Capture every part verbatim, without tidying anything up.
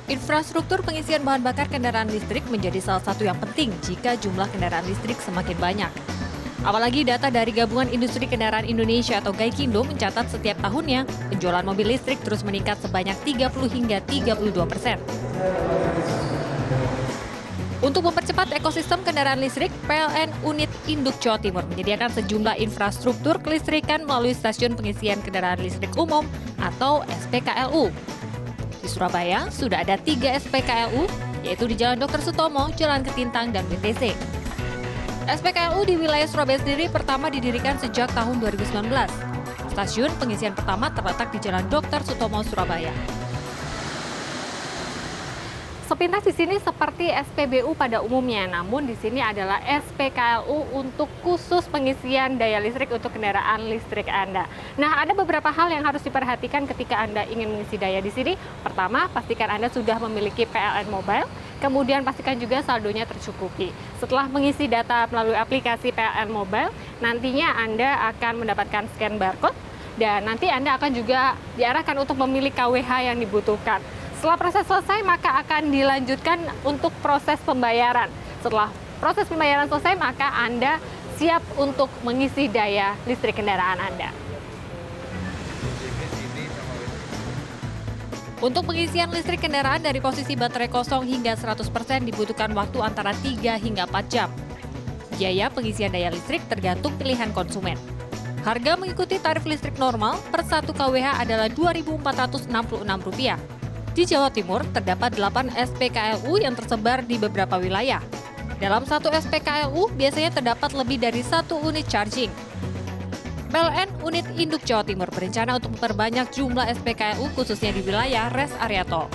Infrastruktur pengisian bahan bakar kendaraan listrik menjadi salah satu yang penting jika jumlah kendaraan listrik semakin banyak. Apalagi data dari Gabungan Industri Kendaraan Indonesia atau Gaikindo mencatat setiap tahunnya penjualan mobil listrik terus meningkat sebanyak tiga puluh hingga tiga puluh dua persen. Untuk mempercepat ekosistem kendaraan listrik, P L N Unit Induk Jawa Timur menyediakan sejumlah infrastruktur kelistrikan melalui stasiun pengisian kendaraan listrik umum atau S P K L U. Di Surabaya sudah ada tiga S P K L U, yaitu di Jalan Dokter Sutomo, Jalan Ketintang, dan B T C. S P K L U di wilayah Surabaya sendiri pertama didirikan sejak tahun dua ribu sembilan belas. Stasiun pengisian pertama terletak di Jalan Dokter Sutomo, Surabaya. Sepintas di sini seperti S P B U pada umumnya, namun di sini adalah S P K L U untuk khusus pengisian daya listrik untuk kendaraan listrik Anda. Nah, ada beberapa hal yang harus diperhatikan ketika Anda ingin mengisi daya di sini. Pertama, pastikan Anda sudah memiliki P L N Mobile, kemudian pastikan juga saldonya tercukupi. Setelah mengisi data melalui aplikasi P L N Mobile, nantinya Anda akan mendapatkan scan barcode, dan nanti Anda akan juga diarahkan untuk memilih K W H yang dibutuhkan. Setelah proses selesai, maka akan dilanjutkan untuk proses pembayaran. Setelah proses pembayaran selesai, maka Anda siap untuk mengisi daya listrik kendaraan Anda. Untuk pengisian listrik kendaraan dari posisi baterai kosong hingga seratus persen dibutuhkan waktu antara tiga hingga empat jam. Biaya pengisian daya listrik tergantung pilihan konsumen. Harga mengikuti tarif listrik normal per satu K W H adalah dua ribu empat ratus enam puluh enam rupiah. Di Jawa Timur, terdapat delapan S P K L U yang tersebar di beberapa wilayah. Dalam satu S P K L U, biasanya terdapat lebih dari satu unit charging. P L N Unit Induk Jawa Timur berencana untuk memperbanyak jumlah S P K L U khususnya di wilayah rest area tol.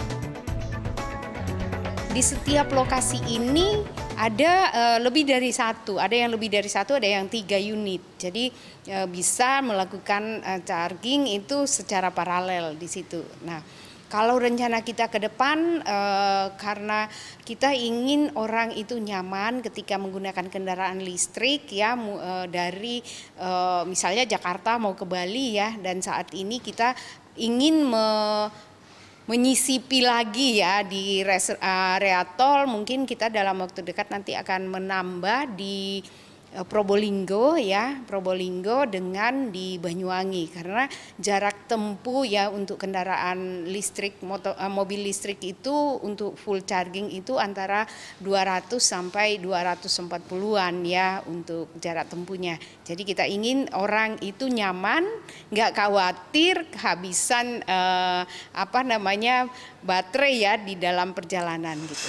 Di setiap lokasi ini ada uh, lebih dari satu, ada yang lebih dari satu, ada yang tiga unit. Jadi uh, bisa melakukan uh, charging itu secara paralel di situ. Nah, kalau rencana kita ke depan, eh, karena kita ingin orang itu nyaman ketika menggunakan kendaraan listrik ya, eh, dari eh, misalnya Jakarta mau ke Bali ya, dan saat ini kita ingin me, menyisipi lagi ya di rest area tol, mungkin kita dalam waktu dekat nanti akan menambah di Probolinggo ya, Probolinggo dengan di Banyuwangi, karena jarak tempuh ya untuk kendaraan listrik, motor, mobil listrik itu untuk full charging itu antara dua ratus sampai dua ratus empat puluhan ya untuk jarak tempuhnya. Jadi kita ingin orang itu nyaman, nggak khawatir kehabisan eh, apa namanya baterai ya di dalam perjalanan gitu.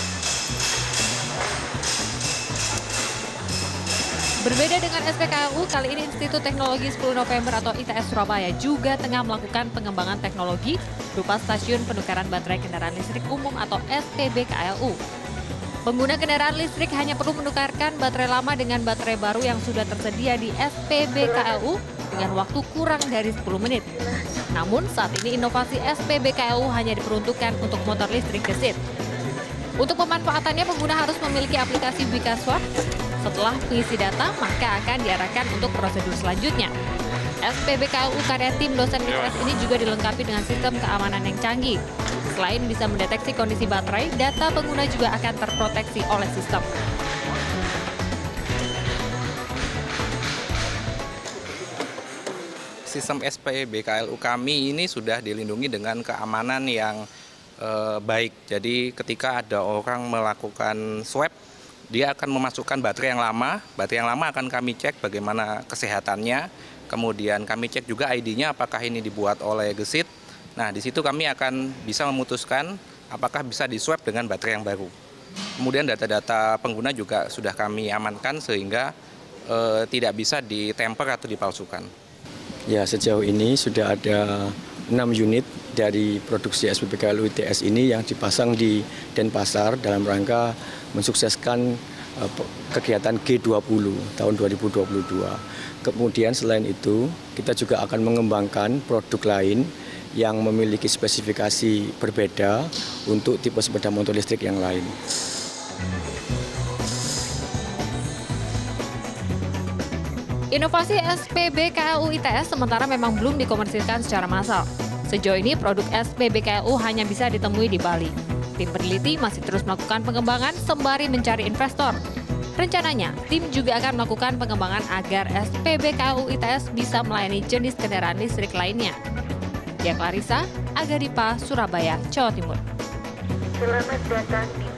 Berbeda dengan S P K L U, kali ini Institut Teknologi sepuluh November atau I T S Surabaya juga tengah melakukan pengembangan teknologi berupa stasiun penukaran baterai kendaraan listrik umum atau S P B K L U. Pengguna kendaraan listrik hanya perlu menukarkan baterai lama dengan baterai baru yang sudah tersedia di S P B K L U dengan waktu kurang dari sepuluh menit. Namun saat ini inovasi S P B K L U hanya diperuntukkan untuk motor listrik gesit. Untuk pemanfaatannya, pengguna harus memiliki aplikasi Bikaswap. Setelah mengisi data, maka akan diarahkan untuk prosedur selanjutnya. S P B K L U karya tim dosen I T S ini juga dilengkapi dengan sistem keamanan yang canggih. Selain bisa mendeteksi kondisi baterai, data pengguna juga akan terproteksi oleh sistem. Sistem S P B K L U kami ini sudah dilindungi dengan keamanan yang eh, baik. Jadi ketika ada orang melakukan swab, dia akan memasukkan baterai yang lama, baterai yang lama akan kami cek bagaimana kesehatannya, kemudian kami cek juga I D-nya apakah ini dibuat oleh gesit. Nah, di situ kami akan bisa memutuskan apakah bisa di-swab dengan baterai yang baru. Kemudian data-data pengguna juga sudah kami amankan sehingga eh, tidak bisa ditemper atau dipalsukan. Ya, sejauh ini sudah ada enam unit dari produksi S P B K L U I T S ini yang dipasang di Denpasar dalam rangka mensukseskan uh, kegiatan G dua puluh tahun dua ribu dua puluh dua. Kemudian selain itu, kita juga akan mengembangkan produk lain yang memiliki spesifikasi berbeda untuk tipe sepeda motor listrik yang lain. Inovasi S P B K L U I T S sementara memang belum dikomersilkan secara massal. Sejauh ini produk S P B K L U hanya bisa ditemui di Bali. Tim peneliti masih terus melakukan pengembangan sembari mencari investor. Rencananya, tim juga akan melakukan pengembangan agar S P B K L U I T S bisa melayani jenis kendaraan listrik lainnya. Dia Clarissa, Agadipa, Surabaya, Jawa Timur. Selamat datang di